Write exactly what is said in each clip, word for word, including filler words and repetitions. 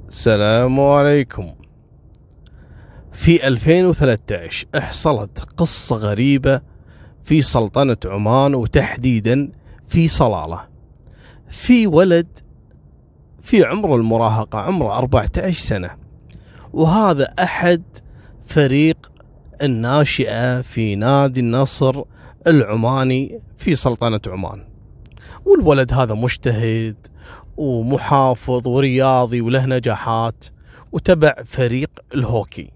السلام عليكم. في ألفين وثلاثة عشر حصلت قصة غريبة في سلطنة عمان، وتحديدا في صلالة. في ولد في عمر المراهقة، عمره أربعة عشر سنة، وهذا أحد فريق الناشئة في نادي النصر العماني في سلطنة عمان. والولد هذا مجتهد ومحافظ ورياضي وله نجاحات، وتبع فريق الهوكي.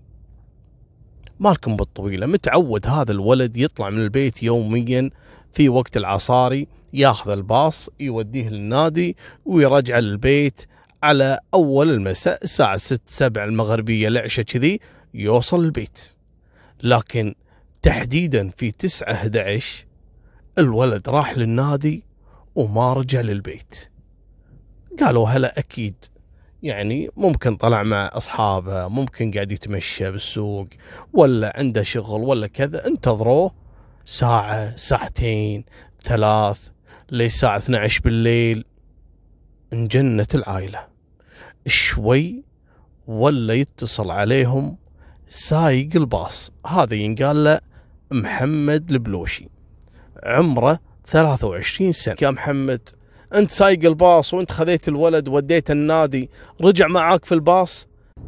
مالكم بالطويلة، متعود هذا الولد يطلع من البيت يوميا في وقت العصاري، ياخذ الباص يوديه للنادي ويرجع للبيت على أول المساء الساعة ستة سبعة المغربية العشاء كذي يوصل البيت. لكن تحديدا في تسعة أحد عشر الولد راح للنادي وما رجع للبيت. قالوا هلا أكيد يعني ممكن طلع مع أصحابه، ممكن قاعد يتمشى بالسوق، ولا عنده شغل ولا كذا. انتظروه ساعة ساعتين ثلاث للساعة اثنتي عشرة بالليل. انجنت العائلة شوي، ولا يتصل عليهم سايق الباص، هذا ينقال له محمد البلوشي، عمره ثلاثة وعشرين سنة. يا محمد، انت سايق الباص وانت خذيت الولد وديت النادي، رجع معاك في الباص؟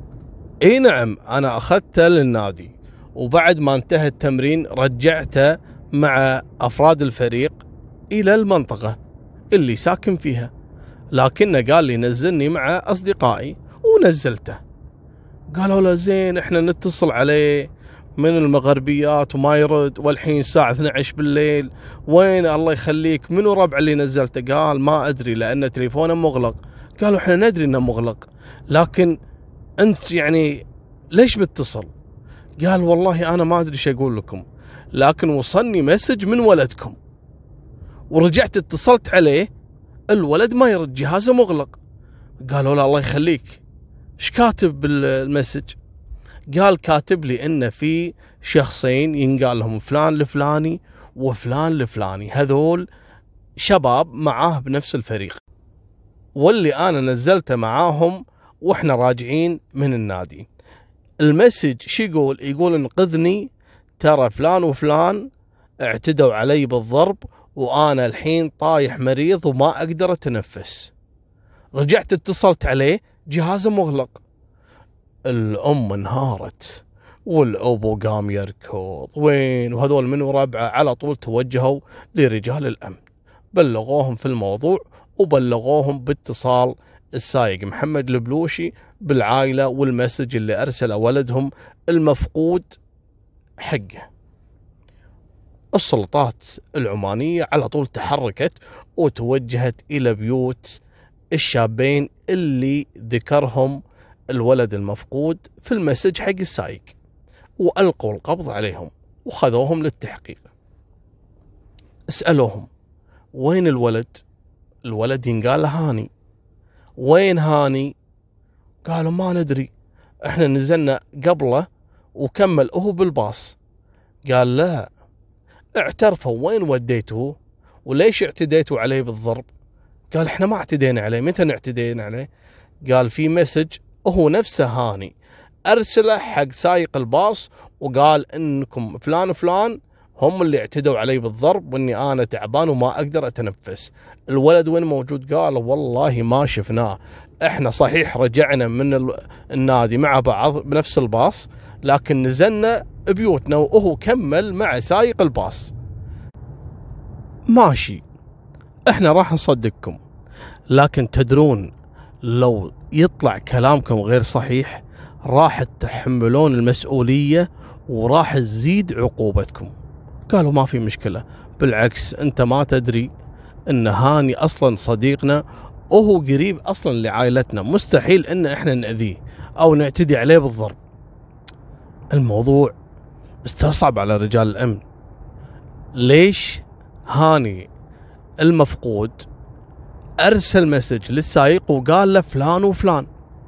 اي نعم، انا اخذته للنادي، وبعد ما انتهى التمرين رجعته مع افراد الفريق الى المنطقة اللي ساكن فيها، لكنه قال لي نزلني مع اصدقائي ونزلته. قالوا له زين، احنا نتصل عليه من المغربيات وما يرد، والحين الساعة اثنتي عشرة بالليل، وين الله يخليك منو ربع اللي نزلته؟ قال ما أدري لأن تليفونه مغلق. قالوا احنا ندري انه مغلق، لكن انت يعني ليش متصل؟ قال والله انا ما ادري ايش اقول لكم، لكن وصلني مسج من ولدكم ورجعت اتصلت عليه، الولد ما يرد، جهازه مغلق. قالوا لا الله يخليك، ايش كاتب بالمسج؟ قال كاتب لي ان في شخصين ينقال لهم فلان الفلاني وفلان الفلاني، هذول شباب معاه بنفس الفريق، واللي انا نزلته معاهم واحنا راجعين من النادي. المسج شو يقول؟ يقول انقذني، ترى فلان وفلان اعتدوا علي بالضرب، وانا الحين طايح مريض وما اقدر اتنفس. رجعت اتصلت عليه، جهازه مغلق. الأم انهارت والأبو قام يركض، وين وهذول من ربعه؟ على طول توجهوا لرجال الأمن، بلغوهم في الموضوع وبلغوهم باتصال السايق محمد البلوشي بالعائلة والمسج اللي أرسله ولدهم المفقود حقه. السلطات العمانية على طول تحركت وتوجهت إلى بيوت الشابين اللي ذكرهم الولد المفقود في المسج حق السايق، وألقوا القبض عليهم وخذوهم للتحقيق. اسألوهم وين الولد؟ الولد ينقال له هاني. وين هاني؟ قالوا ما ندري، احنا نزلنا قبله وكمل هو بالباص. قال لا، اعترفوا وين وديتوه وليش اعتديتوا عليه بالضرب؟ قال احنا ما اعتدينا عليه. متى اعتدينا عليه؟ قال في مسج وهو نفسه هاني أرسله حق سايق الباص وقال إنكم فلان فلان هم اللي اعتدوا علي بالضرب، وإني أنا تعبان وما أقدر أتنفس. الولد وين موجود؟ قال والله ما شفناه، إحنا صحيح رجعنا من النادي مع بعض بنفس الباص، لكن نزلنا بيوتنا وهو كمل مع سايق الباص. ماشي، إحنا راح نصدقكم، لكن تدرون لو يطلع كلامكم غير صحيح راح تتحملون المسؤولية وراح تزيد عقوبتكم. قالوا ما في مشكلة، بالعكس انت ما تدري ان هاني اصلا صديقنا وهو قريب اصلا لعائلتنا، مستحيل ان احنا نأذيه او نعتدي عليه بالضرب. الموضوع استصعب على رجال الامن. ليش هاني المفقود أرسل مسج للسايق وقال له فلان وفلان،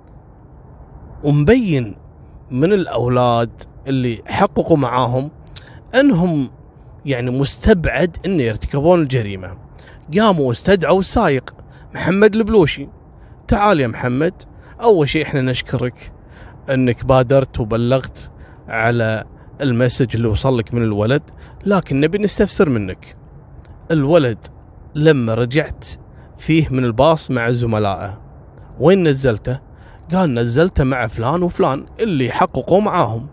ومبين من الأولاد اللي حققوا معاهم أنهم يعني مستبعد أن يرتكبون الجريمة. قاموا واستدعوا السايق محمد البلوشي. تعال يا محمد، أول شيء إحنا نشكرك أنك بادرت وبلغت على المسج اللي وصل لك من الولد، لكن نبي نستفسر منك الولد لما رجعت فيه من الباص مع زملائه وين نزلته؟ قال نزلته مع فلان وفلان اللي حققوا معاهم.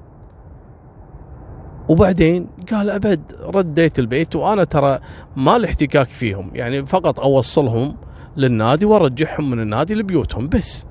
وبعدين قال أبد رديت البيت وأنا ترى ما الاحتكاك فيهم، يعني فقط أوصلهم للنادي وارجعهم من النادي لبيوتهم بس.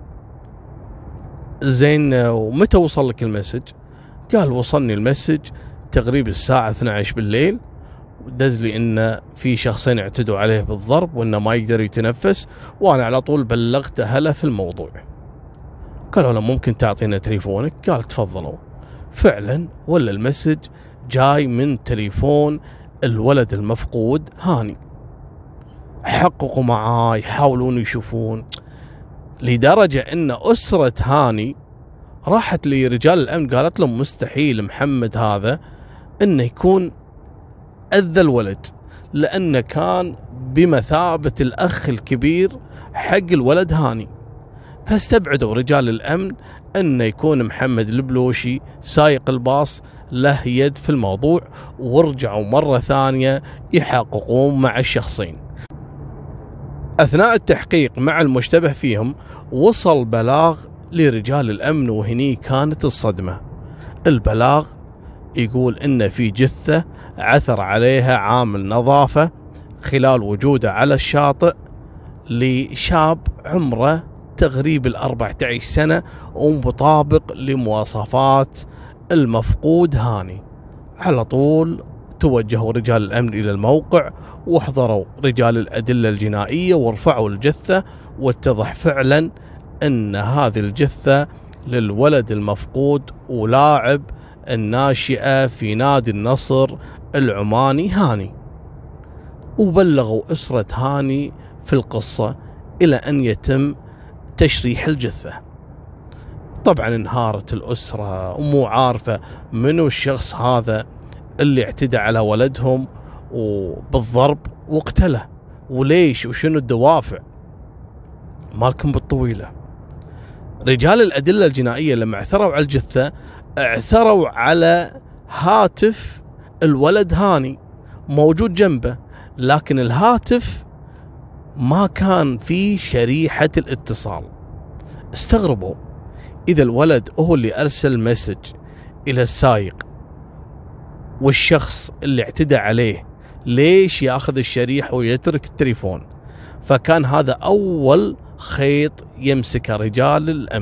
زين ومتى وصل لك المسج؟ قال وصلني المسج تقريبا الساعة اثنتي عشرة بالليل، ودز لي إن في شخصين اعتدوا عليه بالضرب وإنه ما يقدر يتنفس، وأنا على طول بلغت أهله في الموضوع. قالوا له ممكن تعطينا تليفونك؟ قال تفضلوا. فعلا ولا المسج جاي من تليفون الولد المفقود هاني. حققوا معاه يحاولون يشوفون، لدرجة ان اسرة هاني راحت لرجال الامن قالت لهم مستحيل محمد هذا انه يكون اذى الولد، لانه كان بمثابة الاخ الكبير حق الولد هاني. فاستبعدوا رجال الامن انه يكون محمد البلوشي سايق الباص له يد في الموضوع، ورجعوا مرة ثانية يحققون مع الشخصين. أثناء التحقيق مع المشتبه فيهم وصل بلاغ لرجال الأمن، وهني كانت الصدمة. البلاغ يقول إن في جثة عثر عليها عامل نظافة خلال وجوده على الشاطئ لشاب عمره تقريبا الأربعة عشر سنة ومطابق لمواصفات المفقود هاني. على طول توجهوا رجال الأمن إلى الموقع واحضروا رجال الأدلة الجنائية ورفعوا الجثة، واتضح فعلا أن هذه الجثة للولد المفقود ولاعب الناشئة في نادي النصر العماني هاني. وبلغوا أسرة هاني في القصة إلى أن يتم تشريح الجثة. طبعا انهارت الأسرة ومو عارفة منو الشخص هذا اللي اعتدى على ولدهم وبالضرب واقتله، وليش وشنو الدوافع. مالكم بالطويلة. رجال الأدلة الجنائية لما اعثروا على الجثة اعثروا على هاتف الولد هاني موجود جنبه، لكن الهاتف ما كان فيه شريحة الاتصال. استغربوا إذا الولد هو اللي أرسل مسج إلى السايق والشخص اللي اعتدى عليه، ليش ياخذ الشريحة ويترك التليفون؟ فكان هذا أول خيط يمسك رجال الأمن.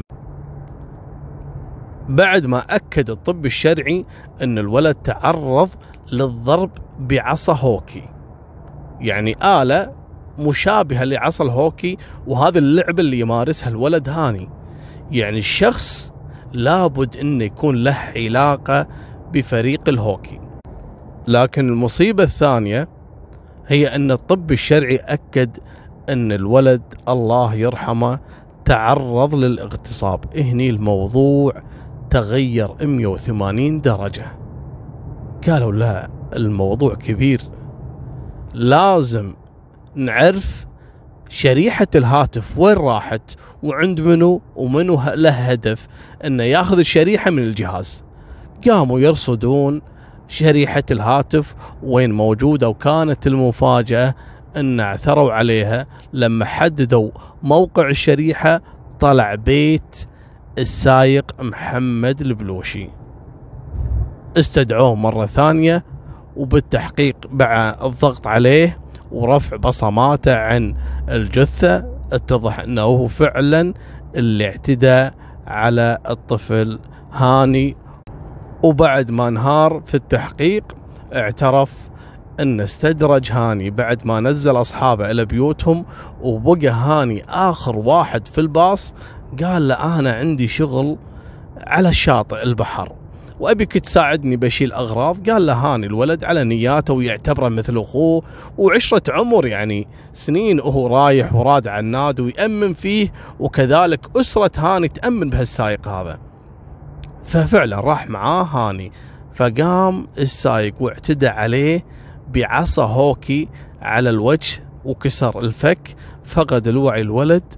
بعد ما أكد الطب الشرعي أن الولد تعرض للضرب بعصا هوكي، يعني آلة مشابهة لعصا الهوكي، وهذا اللعبة اللي يمارسها الولد هاني. يعني الشخص لابد أنه يكون له علاقة بفريق الهوكي. لكن المصيبة الثانية هي أن الطب الشرعي أكد أن الولد الله يرحمه تعرض للاغتصاب. هني الموضوع تغير مئة وثمانين درجة. قالوا لا، الموضوع كبير، لازم نعرف شريحة الهاتف وين راحت وعند منو، ومنو له هدف أنه ياخذ الشريحة من الجهاز. قاموا يرصدون شريحة الهاتف وين موجودة، وكانت المفاجأة أن اعثروا عليها لما حددوا موقع الشريحة طلع بيت السايق محمد البلوشي. استدعوه مرة ثانية، وبالتحقيق مع الضغط عليه ورفع بصماته عن الجثة اتضح أنه هو فعلا اللي اعتدى على الطفل هاني. وبعد ما انهار في التحقيق اعترف أن استدرج هاني بعد ما نزل أصحابه إلى بيوتهم، وبقى هاني آخر واحد في الباص. قال له أنا عندي شغل على الشاطئ البحر وأبيك تساعدني بشيل أغراض. قال له هاني الولد على نياته ويعتبره مثل أخوه وعشرة عمر، يعني سنين وهو رايح وراد على النادي ويأمن فيه، وكذلك أسرة هاني تأمن بهالسايق هذا. ففعلا راح معاه هاني، فقام السايق واعتدى عليه بعصا هوكي على الوجه وكسر الفك، فقد الوعي الولد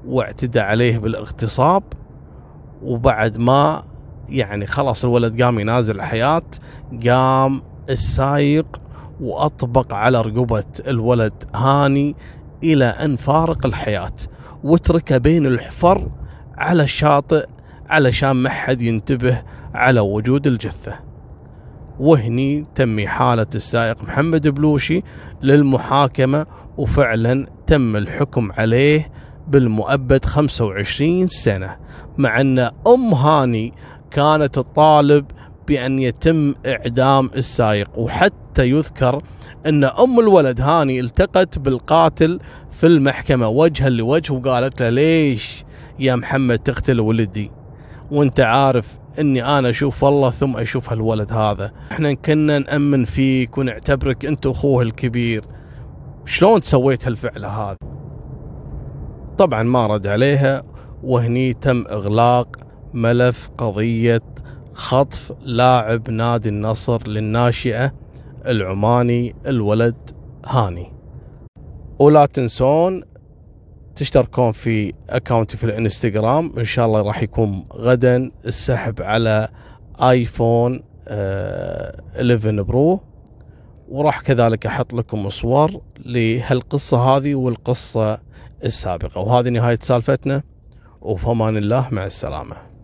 واعتدى عليه بالاغتصاب، وبعد ما يعني خلاص الولد قام ينازل الحياة، قام السايق وأطبق على رقبة الولد هاني إلى أن فارق الحياة، وتركه بين الحفر على الشاطئ علشان ما حد ينتبه على وجود الجثة. وهني تم حالة السائق محمد بلوشي للمحاكمة، وفعلا تم الحكم عليه بالمؤبد خمسة وعشرين سنة، مع أن أم هاني كانت تطالب بأن يتم إعدام السائق. وحتى يذكر أن أم الولد هاني التقت بالقاتل في المحكمة وجها لوجه، وقالت له ليش يا محمد تقتل ولدي وانت عارف اني انا اشوف الله ثم اشوف هالولد هذا، احنا كنا نأمن فيك ونعتبرك انت اخوه الكبير، شلون سويت هالفعل هذا؟ طبعا ما رد عليها، وهني تم اغلاق ملف قضية خطف لاعب نادي النصر للناشئة العماني الولد هاني. ولا تنسون تشتركون في اكاونتي في الانستغرام، ان شاء الله راح يكون غدا السحب على ايفون إحدى عشر برو، وراح كذلك احط لكم صور لهالقصة هذه والقصة السابقة. وهذه نهاية سالفتنا، وفي امان الله، مع السلامة.